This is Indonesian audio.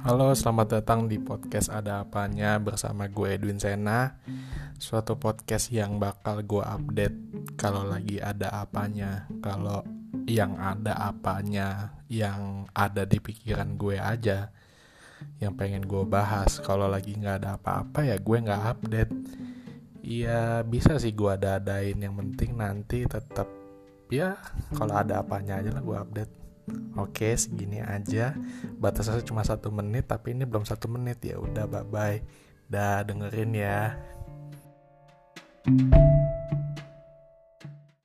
Halo, selamat datang di podcast Ada Apanya bersama gue Edwin Sena. Suatu podcast yang bakal gue update kalau lagi ada apanya. Kalau yang ada apanya, yang ada di pikiran gue aja, yang pengen gue bahas. Kalau lagi gak ada apa-apa ya gue gak update. Iya bisa sih gue ada-adain, yang penting nanti tetap ya kalau ada apanya aja lah gue update. Oke, segini aja. Batasnya cuma 1 menit, tapi ini belum 1 menit. Ya udah, bye bye. Dah dengerin ya.